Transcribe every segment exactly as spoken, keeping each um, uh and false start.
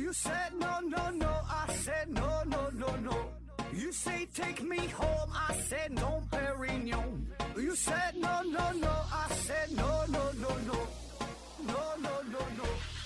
You said no, no, no, I said no, no, no, no. You say take me home, I said no, Perignon. You said no, no, no, I said no, no, no, no. No, no, no, no.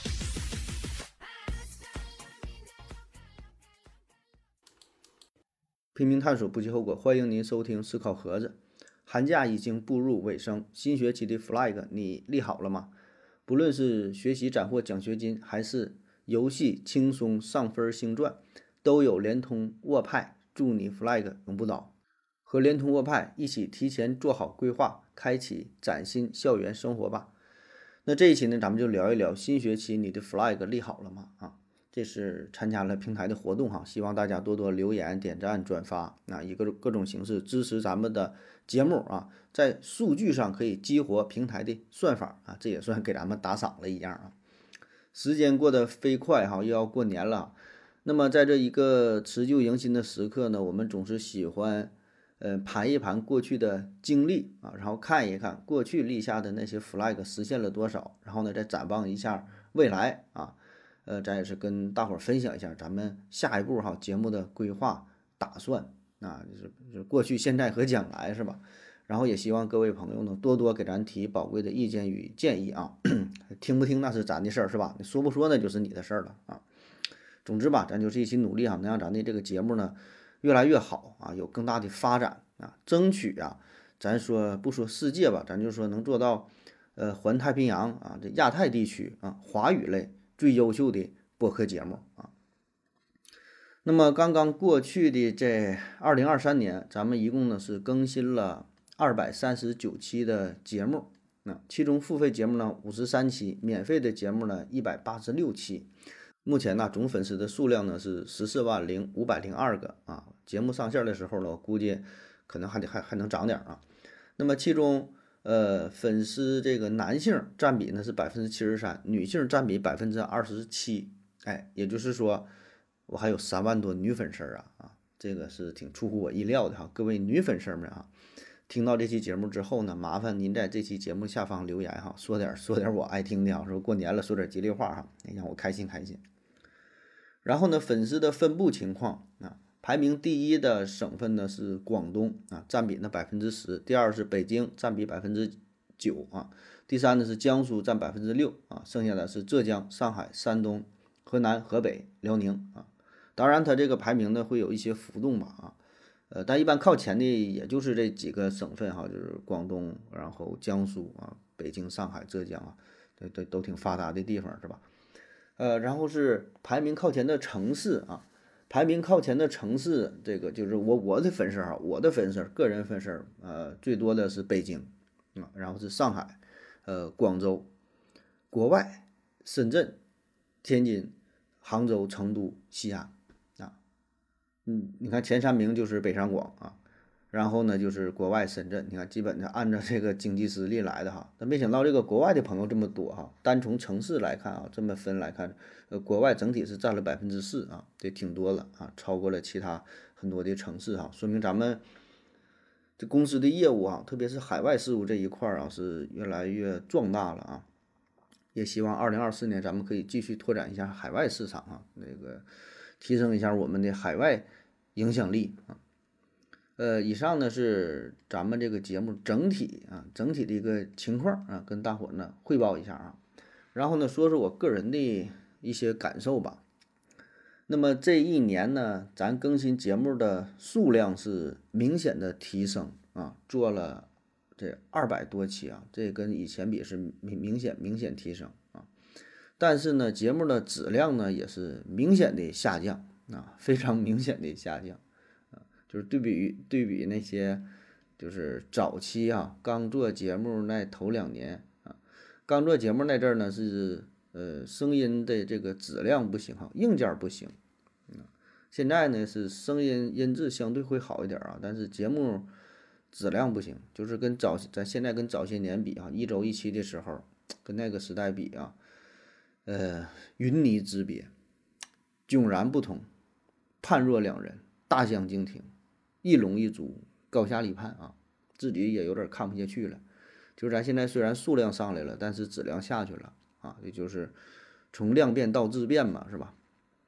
拼命探索不计后果，欢迎您收听思考盒子。寒假已经步入尾声，新学期的 flag 你立好了吗？不论是学习斩获奖学金，还是游戏轻松上分星钻，都有联通沃派助你 flag 永不倒。和联通沃派一起提前做好规划，开启崭新校园生活吧。那这一期呢，咱们就聊一聊新学期你的 flag 立好了吗？啊，这是参加了平台的活动哈，希望大家多多留言、点赞、转发啊，以各种各种形式支持咱们的节目啊，在数据上可以激活平台的算法啊，这也算给咱们打赏了一样啊。时间过得飞快哈，又要过年了。那么在这一个辞旧迎新的时刻呢，我们总是喜欢呃盘一盘过去的经历啊，然后看一看过去立下的那些 flag 实现了多少，然后呢再展望一下未来啊。呃，咱也是跟大伙儿分享一下咱们下一步哈节目的规划打算啊，就是就是过去、现在和将来是吧？然后也希望各位朋友呢多多给咱提宝贵的意见与建议啊，听不听那是咱的事儿是吧？你说不说那就是你的事儿了啊。总之吧，咱就是一起努力啊，能让咱的这个节目呢越来越好啊，有更大的发展啊，争取啊，咱说不说世界吧，咱就说能做到呃环太平洋啊，这亚太地区啊华语类最优秀的播客节目啊。那么刚刚过去的这二零二三年，咱们一共呢是更新了二百三十九期的节目，那其中付费节目呢五十三期，免费的节目呢一百八十六期。目前呢总粉丝的数量呢是十四万零五百零二个啊。节目上线的时候呢，我估计可能还得还还能涨点啊。那么其中呃粉丝这个男性占比呢是百分之七十三，女性占比百分之二十七。哎，也就是说我还有三万多女粉丝啊啊，这个是挺出乎我意料的哈。各位女粉丝们啊，听到这期节目之后呢，麻烦您在这期节目下方留言哈，说点说点我爱听的啊，说过年了说点吉利话哈，让我开心开心。然后呢，粉丝的分布情况啊，排名第一的省份呢是广东啊，占比呢百分之十，第二是北京，占比百分之九啊，第三呢是江苏，占百分之六啊，剩下的是浙江、上海、山东、河南、河北、辽宁啊。当然，它这个排名呢会有一些浮动吧啊，呃，但一般靠前的也就是这几个省份哈，就是广东，然后江苏啊、北京、上海、浙江啊，这都都挺发达的地方是吧？呃，然后是排名靠前的城市啊，排名靠前的城市，这个就是我我的粉丝哈，我的粉丝个人粉丝呃最多的是北京啊，然后是上海，呃广州，国外深圳、天津、杭州、成都、西安啊，嗯，你看前三名就是北上广啊。然后呢，就是国外深圳，你看基本上按照这个经济实力来的哈，但没想到这个国外的朋友这么多哈，单从城市来看啊，这么分来看，呃，国外整体是占了百分之四啊，这挺多了啊，超过了其他很多的城市哈，说明咱们这公司的业务啊，特别是海外事务这一块啊，是越来越壮大了啊，也希望二零二四年咱们可以继续拓展一下海外市场啊，那个提升一下我们的海外影响力啊。呃，以上呢是咱们这个节目整体啊整体的一个情况啊，跟大伙呢汇报一下啊，然后呢说说我个人的一些感受吧。那么这一年呢，咱更新节目的数量是明显的提升啊，做了这二百多期啊，这跟以前比是明明显明显提升啊，但是呢，节目的质量呢也是明显的下降啊，非常明显的下降。就是对比于对比那些，就是早期啊，刚做节目那头两年啊，刚做节目那阵儿呢是呃声音的这个质量不行哈，硬件不行，嗯，现在呢是声音音质相对会好一点啊，但是节目质量不行，就是跟早咱现在跟早些年比啊，一周一期的时候，跟那个时代比啊，呃云泥之别，迥然不同，判若两人，大相径庭。一龙一烛，高下立判啊，自己也有点看不下去了。就是咱现在虽然数量上来了，但是质量下去了啊，也就是从量变到质变嘛，是吧？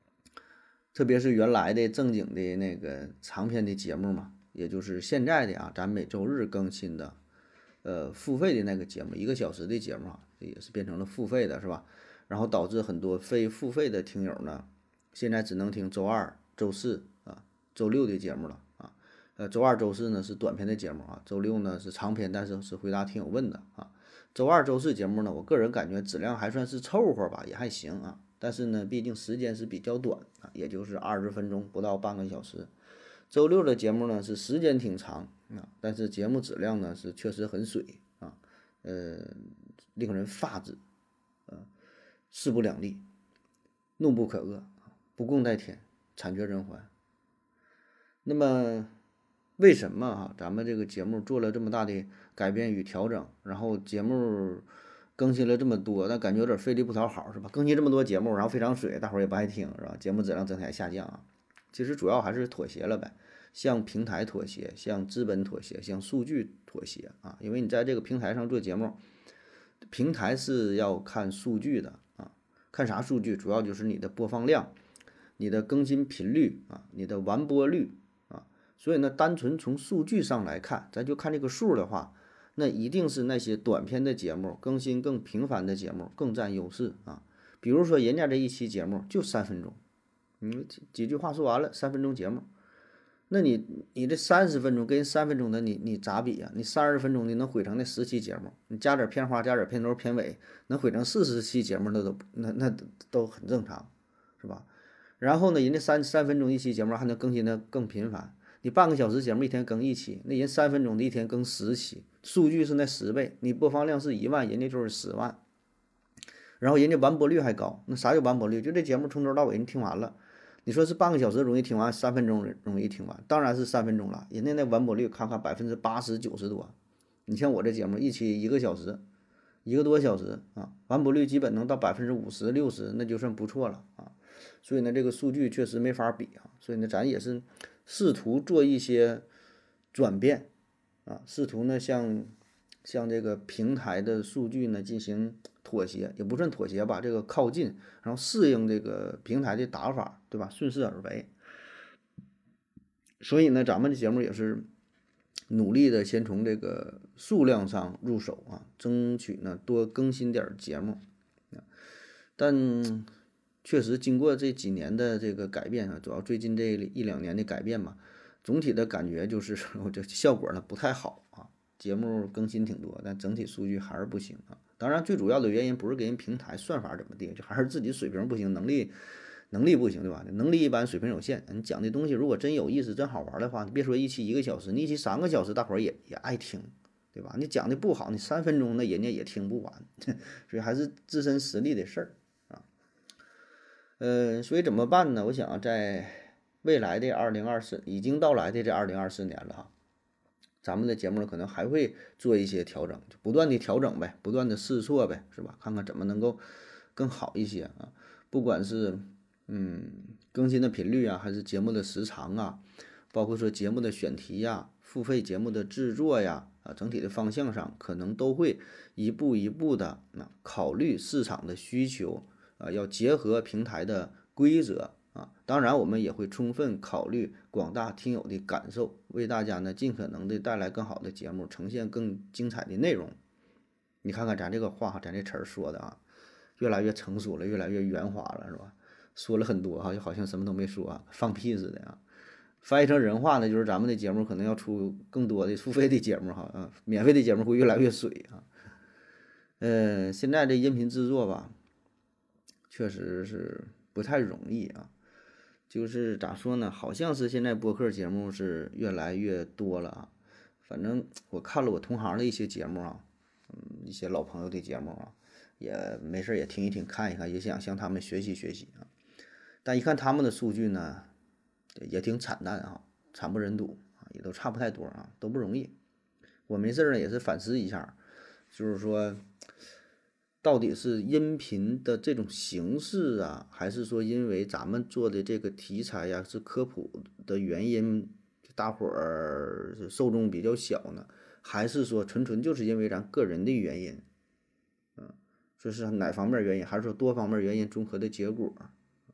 特别是原来的正经的那个长篇的节目嘛，也就是现在的啊，咱每周日更新的，呃，付费的那个节目，一个小时的节目啊，也是变成了付费的，是吧？然后导致很多非付费的听友呢，现在只能听周二、周四啊、周六的节目了啊。呃，周二、周四呢是短篇的节目啊，周六呢是长篇，但是是回答听友问的啊。周二、周四节目呢，我个人感觉质量还算是凑合吧，也还行啊。但是呢，毕竟时间是比较短啊，也就是二十分钟，不到半个小时。周六的节目呢是时间挺长啊，但是节目质量呢是确实很水啊，呃，令人发指，呃，势不两立，怒不可遏，不共戴天，惨绝人寰。那么为什么哈、啊、咱们这个节目做了这么大的改变与调整，然后节目更新了这么多，但感觉有点费力不讨好是吧？更新这么多节目，然后非常水，大伙儿也不爱听是吧？节目质量整体下降啊。其实主要还是妥协了呗，向平台妥协，向资本妥协，向数据妥协啊。因为你在这个平台上做节目，平台是要看数据的啊，看啥数据？主要就是你的播放量、你的更新频率啊、你的完播率啊。所以呢，单纯从数据上来看，咱就看这个数的话，那一定是那些短篇的节目、更新更频繁的节目更占优势啊。比如说人家这一期节目就三分钟。嗯，几几句话说完了，三分钟节目，那你你这三十分钟跟人三分钟的你你咋比呀、啊？你三十分钟你能毁成那十期节目，你加点片花，加点片头片尾，能毁成四十期节目，那都那那都很正常，是吧？然后呢，人家三三分钟一期节目还能更新的更频繁，你半个小时节目一天更一期，那人三分钟的一天更十期，数据是那十倍，你播放量是一万，人家就是十万，然后人家完播率还高，那啥叫完播率？就这节目从头到尾你听完了。你说是半个小时容易听完，三分钟容易听完，当然是三分钟了。人家那完播率看看百分之八十九十多，你像我这节目一期一个小时，一个多小时啊，完播率基本能到百分之五十六十，那就算不错了啊。所以呢，这个数据确实没法比啊。所以呢，咱也是试图做一些转变啊，试图呢向向这个平台的数据呢进行妥协，也不算妥协吧，这个靠近，然后适应这个平台的打法，对吧？顺势而为。所以呢，咱们的节目也是努力的先从这个数量上入手啊，争取呢多更新点节目。但确实经过这几年的这个改变啊，主要最近这一两年的改变嘛，总体的感觉就是我这效果呢不太好啊。节目更新挺多，但整体数据还是不行啊。当然，最主要的原因不是给人平台算法怎么地，就还是自己水平不行，能力能力不行，对吧？能力一般，水平有限。你讲的东西如果真有意思、真好玩的话，你别说一期一个小时，你一期三个小时，大伙儿也也爱听，对吧？你讲的不好，你三分钟那人家也听不完，所以还是自身实力的事儿啊。呃，所以怎么办呢？我想在未来的二零二四已经到来的这二零二四年了哈。咱们的节目可能还会做一些调整，就不断的调整呗，不断的试错呗，是吧？看看怎么能够更好一些啊。不管是嗯更新的频率啊，还是节目的时长啊，包括说节目的选题呀、付费节目的制作呀，啊，整体的方向上，可能都会一步一步的啊考虑市场的需求啊，要结合平台的规则。啊，当然，我们也会充分考虑广大听友的感受，为大家呢尽可能的带来更好的节目，呈现更精彩的内容。你看看咱这个话，咱这词儿说的啊，越来越成熟了，越来越圆滑了，是吧？说了很多哈，就好像什么都没说啊，放屁似的啊。翻译成人话呢，就是咱们的节目可能要出更多的付费的节目哈，啊，免费的节目会越来越水啊。呃，现在这音频制作吧，确实是不太容易啊。就是咋说呢？好像是现在播客节目是越来越多了啊。反正我看了我同行的一些节目啊，嗯，一些老朋友的节目啊，也没事也听一听，看一看，也想向他们学习学习啊。但一看他们的数据呢，也挺惨淡啊，惨不忍睹啊，也都差不太多啊，都不容易。我没事呢也是反思一下，就是说。到底是音频的这种形式啊，还是说因为咱们做的这个题材呀是科普的原因，大伙儿受众比较小呢？还是说纯纯就是因为咱个人的原因？嗯，这是哪方面原因？还是说多方面原因综合的结果？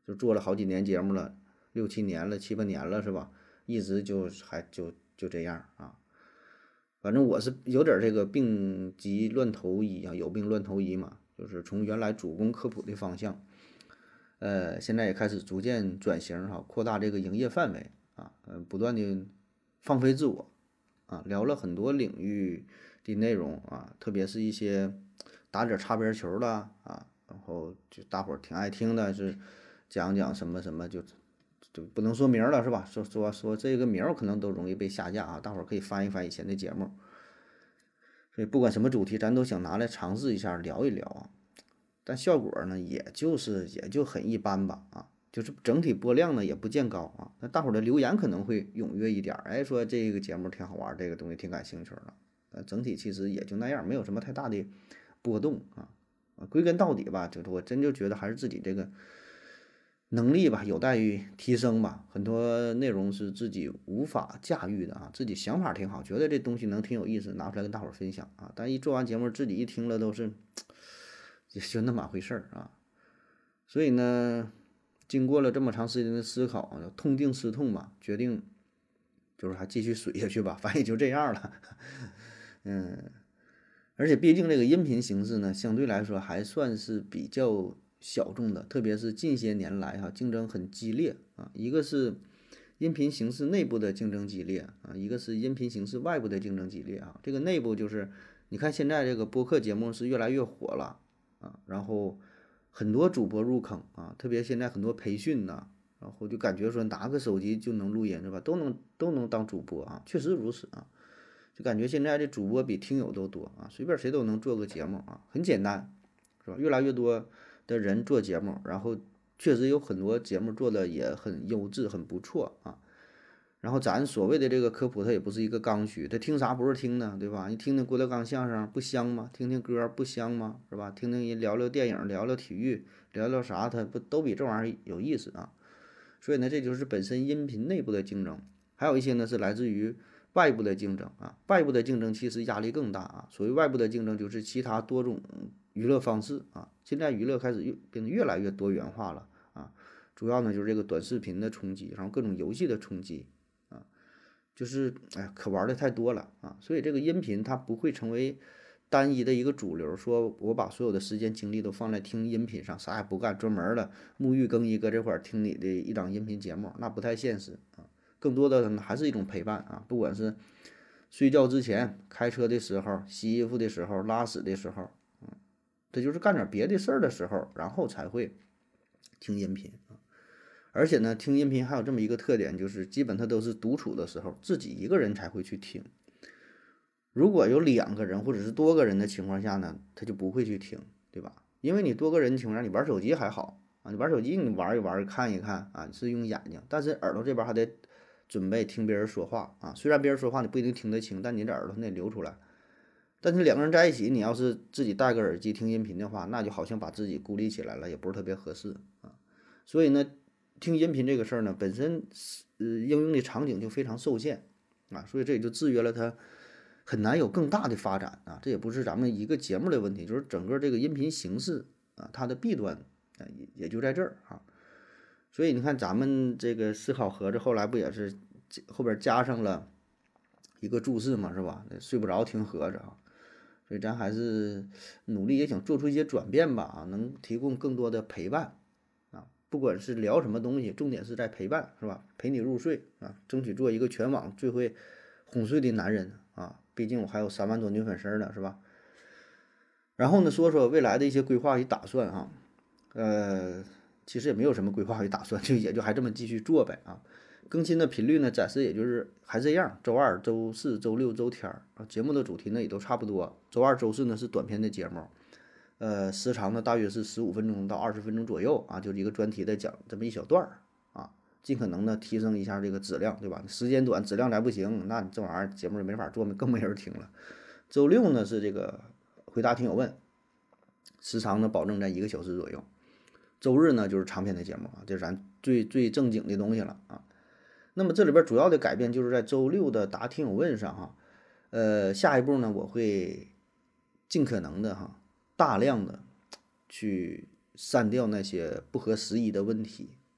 就做了好几年节目了，六七年了，七八年了是吧？一直就还就就这样啊。反正我是有点这个病急乱投医啊，有病乱投医嘛，就是从原来主攻科普的方向，呃，现在也开始逐渐转型哈，扩大这个营业范围啊，呃，不断的放飞自我啊，聊了很多领域的内容啊，特别是一些打点擦边球的啊，然后就大伙儿挺爱听的，是讲讲什么什么就就不能说名儿了是吧？说说说这个名儿可能都容易被下架啊，大伙儿可以翻一翻以前的节目。所以不管什么主题，咱都想拿来尝试一下聊一聊啊。但效果呢，也就是也就很一般吧啊，就是整体播量呢也不见高啊。那大伙儿的留言可能会踊跃一点儿，哎，说这个节目挺好玩，这个东西挺感兴趣的。呃，整体其实也就那样，没有什么太大的波动啊。啊，归根到底吧，就是我真就觉得还是自己这个能力吧，有待于提升吧。很多内容是自己无法驾驭的啊，自己想法挺好，觉得这东西能挺有意思，拿出来跟大伙儿分享啊。但一做完节目，自己一听了都是，也就那么回事儿啊。所以呢，经过了这么长时间的思考啊，痛定思痛嘛，决定就是还继续水下去吧，反正也就这样了。嗯，而且毕竟这个音频形式呢，相对来说还算是比较小众的，特别是近些年来哈、竞争很激烈啊。一个是音频形式内部的竞争激烈啊，一个是音频形式外部的竞争激烈啊。这个内部就是你看现在这个播客节目是越来越火了啊，然后很多主播入坑啊，特别现在很多培训呐、然后就感觉说拿个手机就能录音是吧？都能都能当主播啊，确实如此啊。就感觉现在的主播比听友都多啊，随便谁都能做个节目啊，很简单，是吧？越来越多的人做节目，然后确实有很多节目做的也很优质，很不错啊。然后咱所谓的这个科普，它也不是一个刚需，它听啥不是听呢，对吧？你听听郭德纲相声不香吗？听听歌不香吗？是吧？听听人聊聊电影，聊聊体育，聊聊啥，它不都比这玩意儿有意思啊？所以呢，这就是本身音频内部的竞争，还有一些呢是来自于外部的竞争啊。外部的竞争其实压力更大啊。所谓外部的竞争，就是其他多种娱乐方式啊。现在娱乐开始越变得越来越多元化了啊。主要呢就是这个短视频的冲击，然后各种游戏的冲击啊，就是哎可玩的太多了啊。所以这个音频它不会成为单一的一个主流，说我把所有的时间精力都放在听音频上，啥也不干，专门的沐浴更衣搁这块儿听你的一档音频节目，那不太现实啊。更多的还是一种陪伴啊，不管是睡觉之前、开车的时候、洗衣服的时候、拉屎的时候，嗯，这就是干点别的事儿的时候，然后才会听音频啊。而且呢，听音频还有这么一个特点，就是基本它都是独处的时候，自己一个人才会去听。如果有两个人或者是多个人的情况下呢，他就不会去听，对吧？因为你多个人的情况下，你玩手机还好啊，你玩手机你玩一玩看一看啊，是用眼睛，但是耳朵这边还得准备听别人说话啊。虽然别人说话你不一定听得清，但你的耳朵得流出来。但是两个人在一起，你要是自己戴个耳机听音频的话，那就好像把自己孤立起来了，也不是特别合适啊。所以呢，听音频这个事儿呢，本身呃应用的场景就非常受限啊，所以这也就制约了它。很难有更大的发展啊！这也不是咱们一个节目的问题，就是整个这个音频形式啊，它的弊端啊，也也就在这儿啊。所以你看，咱们这个思考盒子后来不也是后边加上了一个注释嘛，是吧？睡不着听盒子啊，所以咱还是努力也想做出一些转变吧啊，能提供更多的陪伴啊，不管是聊什么东西，重点是在陪伴，是吧？陪你入睡啊，争取做一个全网最会哄睡的男人啊。毕竟我还有三万多女粉丝呢，是吧？然后呢，说说未来的一些规划与打算啊，呃，其实也没有什么规划与打算，就也就还这么继续做呗啊。更新的频率呢，暂时也就是还这样，周二、周四、周六、周天儿啊。节目的主题呢也都差不多，周二、周四呢是短篇的节目，呃，时长呢大约是十五分钟到二十分钟左右啊，就是一个专题的讲这么一小段儿啊。尽可能的提升一下这个质量，对吧？时间短，质量再不行，那你这玩意儿节目也没法做，更没人听了。周六呢是这个回答听友问，时长呢保证在一个小时左右。周日呢就是长篇的节目啊，这是咱最最正经的东西了啊。那么这里边主要的改变就是在周六的答听友问上哈，呃，下一步呢我会尽可能的哈，大量的去删掉那些不合时宜的问题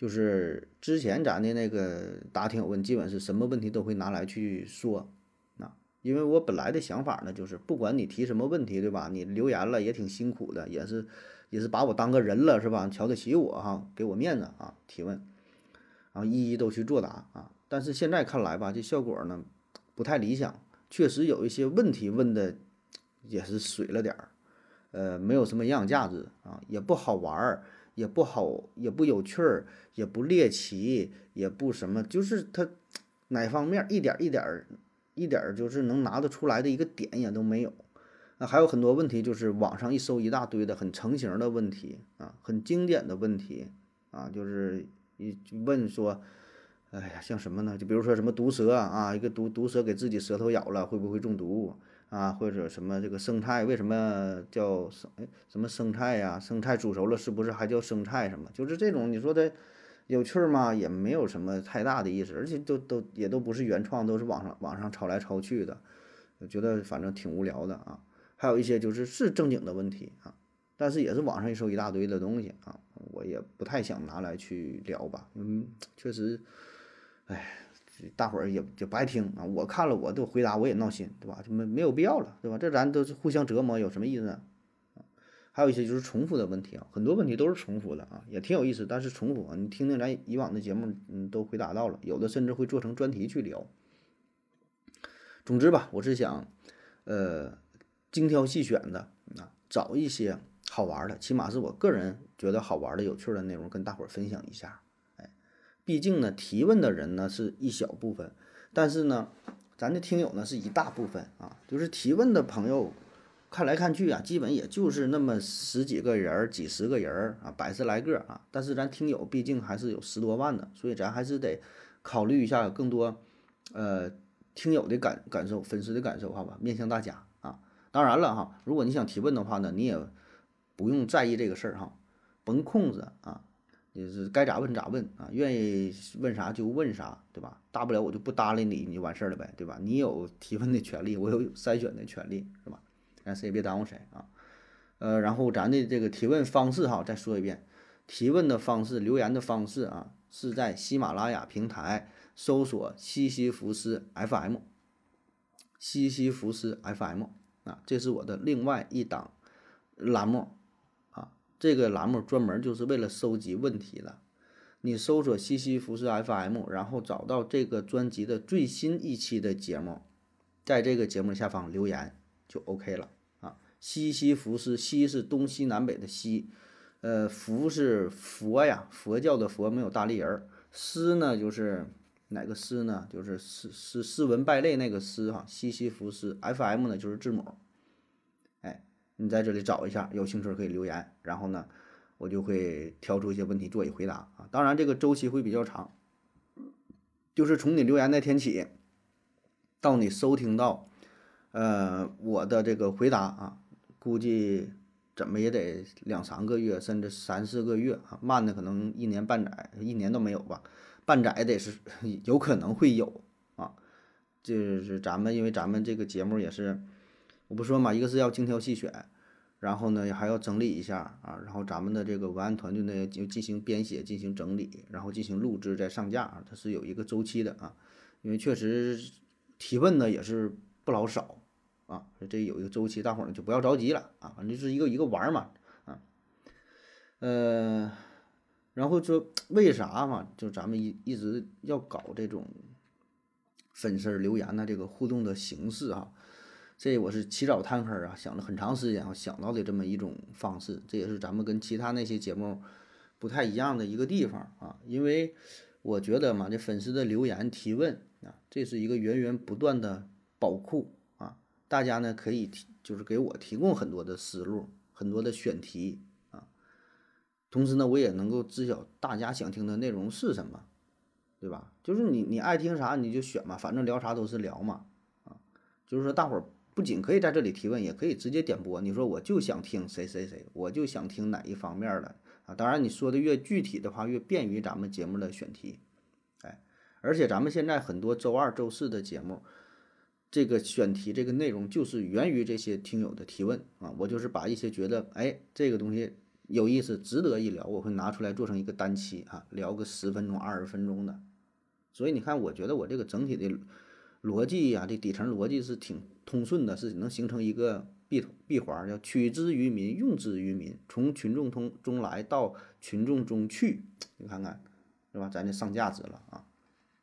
就是之前咱的那个答听友问，基本是什么问题都会拿来去说。啊，因为我本来的想法呢，就是不管你提什么问题，对吧？你留言了也挺辛苦的，也是也是把我当个人了，是吧？瞧得起我哈，给我面子啊，提问，然后一一都去作答啊。但是现在看来吧，这效果呢不太理想，确实有一些问题问的也是水了点儿，呃，没有什么营养价值啊，也不好玩儿，也不好，也不有趣儿，也不猎奇，也不什么，就是它哪方面一点儿一点儿一点儿就是能拿得出来的一个点也都没有。那还有很多问题，就是网上一搜一大堆的很成型的问题啊，很经典的问题啊，就是一问说，哎呀，像什么呢？就比如说什么毒蛇啊，一个毒毒蛇给自己舌头咬了，会不会中毒啊？或者什么这个生菜为什么叫生哎什么生菜呀、生菜煮熟了是不是还叫生菜什么？就是这种你说的有趣儿吗？也没有什么太大的意思，而且都都也都不是原创，都是网上网上抄来抄去的，我觉得反正挺无聊的啊。还有一些就是是正经的问题啊，但是也是网上一搜一大堆的东西啊，我也不太想拿来去聊吧，嗯，确实，哎，大伙儿也就不爱听啊，我看了我都回答我也闹心，对吧？就没没有必要了，对吧？这咱都是互相折磨，有什么意思啊？还有一些就是重复的问题啊，很多问题都是重复的啊，也挺有意思，但是重复啊，你听听咱以往的节目，嗯，都回答到了，有的甚至会做成专题去聊。总之吧，我是想，呃，精挑细选的啊，找一些好玩的，起码是我个人觉得好玩的、有趣的内容跟大伙儿分享一下。哎，毕竟呢，提问的人呢是一小部分，但是呢，咱的听友呢是一大部分啊，就是提问的朋友，看来看去啊，基本也就是那么十几个人儿、几十个人儿啊，百十来个啊，但是咱听友毕竟还是有十多万的，所以咱还是得考虑一下更多，呃。听友的感感受，粉丝的感受，好吧，面向大家啊。当然了哈，如果你想提问的话呢，你也不用在意这个事儿哈，甭控制啊，就是该咋问咋问啊，愿意问啥就问啥，对吧？大不了我就不搭理你，你就完事儿了呗，对吧？你有提问的权利，我有筛选的权利，是吧？让谁也别耽误谁啊。呃，然后咱的这个提问方式哈，再说一遍，提问的方式、留言的方式啊，是在喜马拉雅平台。搜索西西弗斯 F M， 西西弗斯 F M 啊，这是我的另外一档栏目啊。这个栏目专门就是为了收集问题的。你搜索西西弗斯 F M， 然后找到这个专辑的最新一期的节目，在这个节目下方留言就 OK 了啊。西西弗斯，西是东西南北的西，呃，弗是佛呀，佛教的佛，没有大立人。斯呢就是哪个斯呢？就是斯斯斯文败类那个斯哈，西西弗斯 F M 呢就是字母。哎，你在这里找一下，有兴趣可以留言，然后呢，我就会挑出一些问题做一回答啊。当然这个周期会比较长，就是从你留言那天起，到你收听到，呃，我的这个回答啊，估计怎么也得两三个月，甚至三四个月啊，慢的可能一年半载，一年都没有吧。半载得是有可能会有啊，就是咱们因为咱们这个节目也是，我不说嘛，一个是要精挑细选，然后呢还要整理一下啊，然后咱们的这个文案团队呢就进行编写、进行整理，然后进行录制再上架啊，它是有一个周期的啊，因为确实提问呢也是不老少啊，这有一个周期，大伙儿呢就不要着急了啊，反正就是一个一个玩儿嘛啊，呃。然后说为啥嘛？就咱们一一直要搞这种粉丝留言的这个互动的形式哈，这我是起早贪黑啊，想了很长时间啊，想到的这么一种方式，这也是咱们跟其他那些节目不太一样的一个地方啊。因为我觉得嘛，这粉丝的留言提问啊，这是一个源源不断的宝库啊，大家呢可以提，就是给我提供很多的思路，很多的选题。同时呢，我也能够知晓大家想听的内容是什么，对吧？就是你你爱听啥你就选嘛，反正聊啥都是聊嘛，啊，就是说大伙儿不仅可以在这里提问，也可以直接点播。你说我就想听谁谁谁，我就想听哪一方面的啊？当然你说的越具体的话，越便于咱们节目的选题，哎，而且咱们现在很多周二、周四的节目，这个选题这个内容就是源于这些听友的提问啊。我就是把一些觉得哎这个东西。 有意思，值得一聊，我会拿出来做成一个单期啊，聊个十分钟、二十分钟的。所以你看，我觉得我这个整体的逻辑呀、啊，这底层逻辑是挺通顺的，是能形成一个闭闭环，叫取之于民，用之于民，从群众中中来到群众中去。你看看，是吧？咱这上价值了啊。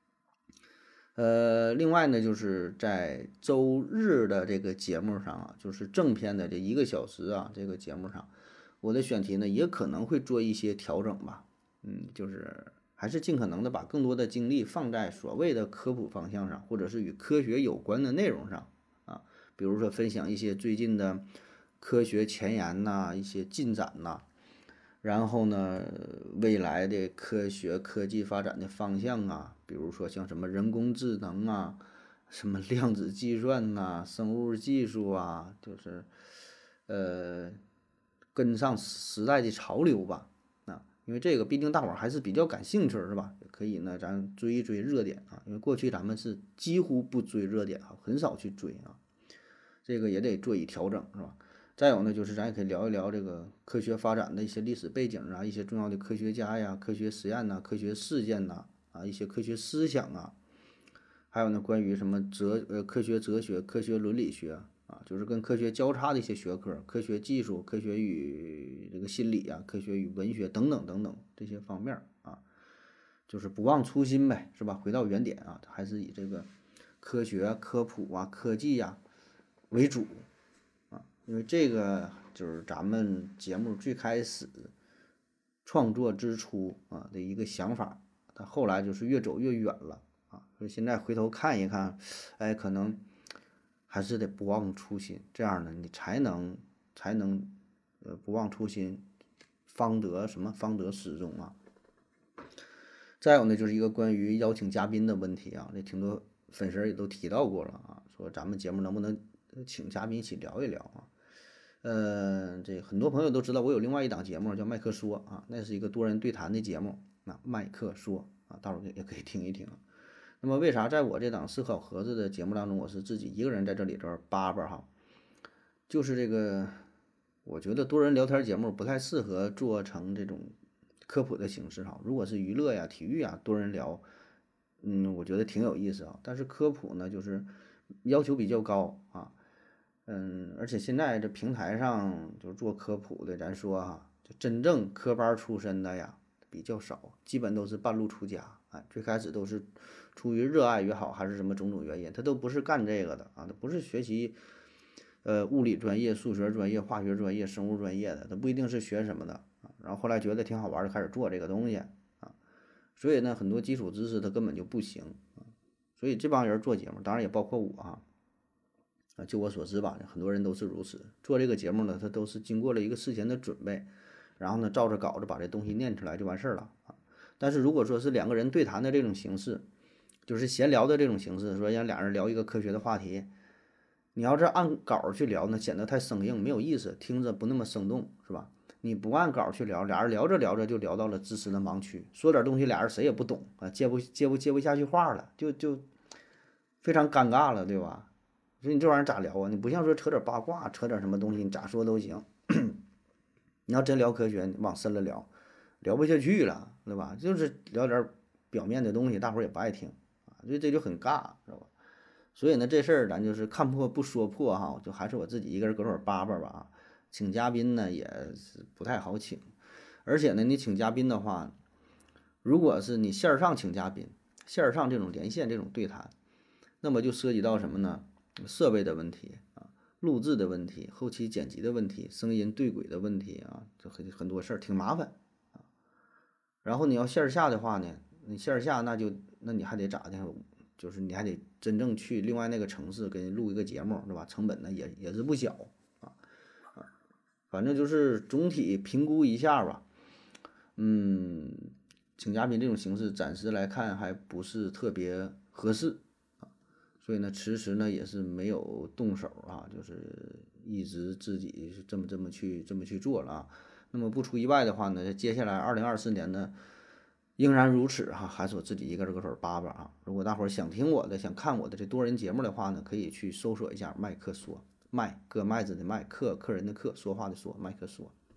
呃，另外呢，就是在周日的这个节目上啊，就是正片的这一个小时啊，这个节目上，我的选题呢也可能会做一些调整吧。嗯，就是还是尽可能的把更多的精力放在所谓的科普方向上，或者是与科学有关的内容上啊，比如说分享一些最近的科学前沿呐、一些进展呐、然后呢，未来的科学科技发展的方向啊，比如说像什么人工智能啊，什么量子计算呐、生物技术啊，就是呃跟上时代的潮流吧。啊，因为这个毕竟大伙儿还是比较感兴趣是吧？可以呢，咱追一追热点啊，因为过去咱们是几乎不追热点啊，很少去追啊，这个也得做以调整是吧？再有呢，就是咱也可以聊一聊这个科学发展的一些历史背景啊，一些重要的科学家呀、科学实验呐、科学事件呐、啊，一些科学思想啊，还有呢，关于什么哲呃科学哲学、科学伦理学啊，就是跟科学交叉的一些学科，科学技术、科学与这个心理啊、科学与文学等等等等这些方面啊，就是不忘初心呗，是吧？回到原点啊，还是以这个科学、科普啊、科技呀、为主。因为这个就是咱们节目最开始创作之初啊的一个想法，它后来就是越走越远了啊，所以现在回头看一看，哎，可能还是得不忘初心，这样呢，你才能才能呃不忘初心，方得什么方得始终啊。再有呢，就是一个关于邀请嘉宾的问题啊，这挺多粉丝也都提到过了啊，说咱们节目能不能请嘉宾一起聊一聊啊？呃，这很多朋友都知道，我有另外一档节目叫麦克说啊，那是一个多人对谈的节目。那麦克说啊，到时候也可以听一听。那么为啥在我这档思考盒子的节目当中，我是自己一个人在这里边叭叭哈？就是这个，我觉得多人聊天节目不太适合做成这种科普的形式哈。如果是娱乐呀、体育呀，多人聊，嗯，我觉得挺有意思啊。但是科普呢，就是要求比较高啊。嗯，而且现在这平台上就做科普的，咱说哈，就真正科班出身的呀比较少，基本都是半路出家。哎，最开始都是出于热爱也好，还是什么种种原因，他都不是干这个的啊，他不是学习呃物理专业、数学专业、化学专业、生物专业的，他不一定是学什么的啊。然后后来觉得挺好玩，就开始做这个东西啊。所以呢，很多基础知识他根本就不行啊。所以这帮人做节目，当然也包括我哈。啊，就我所知吧，很多人都是如此。做这个节目呢，他都是经过了一个事前的准备，然后呢，照着稿子把这东西念出来就完事儿了啊。但是如果说是两个人对谈的这种形式，就是闲聊的这种形式，说让俩人聊一个科学的话题，你要是按稿去聊呢，显得太生硬，没有意思，听着不那么生动，是吧？你不按稿去聊，俩人聊着聊着就聊到了知识的盲区，说点东西俩人谁也不懂啊，接不接不接不下去话了，就就非常尴尬了，对吧？说你这玩意儿咋聊啊？你不像说扯点八卦，扯点什么东西，你咋说都行。你要真聊科学，你往深了聊，聊不下去了，对吧？就是聊点表面的东西，大伙儿也不爱听啊，所以这就很尬，知道吧？所以呢，这事儿咱就是看破不说破哈，就还是我自己一个人搁这儿叭叭吧。请嘉宾呢也是不太好请，而且呢，你请嘉宾的话，如果是你线上请嘉宾，线上这种连线这种对谈，那么就涉及到什么呢？设备的问题啊，录制的问题，后期剪辑的问题，声音对轨的问题啊，这很很多事儿，挺麻烦啊。然后你要线下的话呢，你线下那就那你还得咋的？就是你还得真正去另外那个城市给你录一个节目，是吧？成本呢也也是不小啊啊，反正就是总体评估一下吧。嗯，请嘉宾这种形式暂时来看还不是特别合适。所以呢，迟迟呢也是没有动手啊，就是一直自己是这么这么去这么去做了啊。那么不出意外的话呢，接下来二零二四年呢，仍然如此哈、啊，还是我自己一个人搁这叭叭啊。如果大伙儿想听我的，想看我的这多人节目的话呢，可以去搜索一下麦克说，麦割麦子的麦，客客人的客，说话的说，麦克说。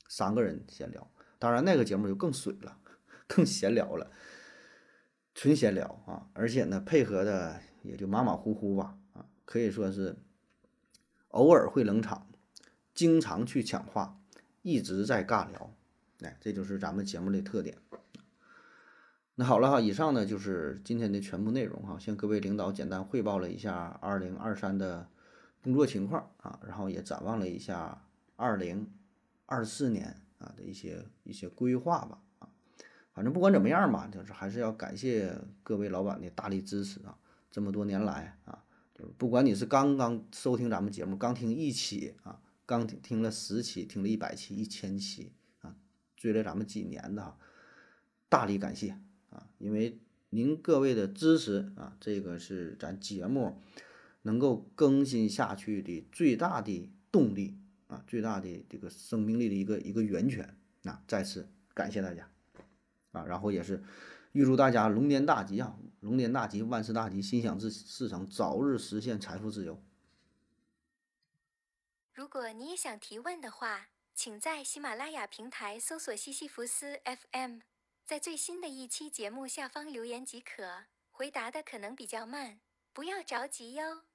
三个人闲聊。当然那个节目就更水了，更闲聊了，纯闲聊啊，而且呢配合的也就马马虎虎吧啊，可以说是偶尔会冷场，经常去抢话，一直在尬聊。哎，这就是咱们节目的特点。那好了哈，以上呢就是今天的全部内容哈，向各位领导简单汇报了一下二零二三的工作情况啊，然后也展望了一下二零二四年啊的一些一些规划吧啊，反正不管怎么样吧，就是还是要感谢各位老板的大力支持啊，这么多年来啊，就是不管你是刚刚收听咱们节目，刚听一期啊，刚听听了十期，听了一百期、一千期啊，追了咱们几年的，大力感谢。啊，因为您各位的支持啊，这个是咱节目能够更新下去的最大的动力啊，最大的这个生命力的一个一个源泉。那、啊、再次感谢大家啊，然后也是预祝大家龙年大吉啊，龙年大吉，万事大吉，心想事事成，早日实现财富自由。 如果你也想提问的话，请在喜马拉雅平台搜索西西弗斯 F M。在最新的一期节目下方留言即可，回答的可能比较慢，不要着急哟。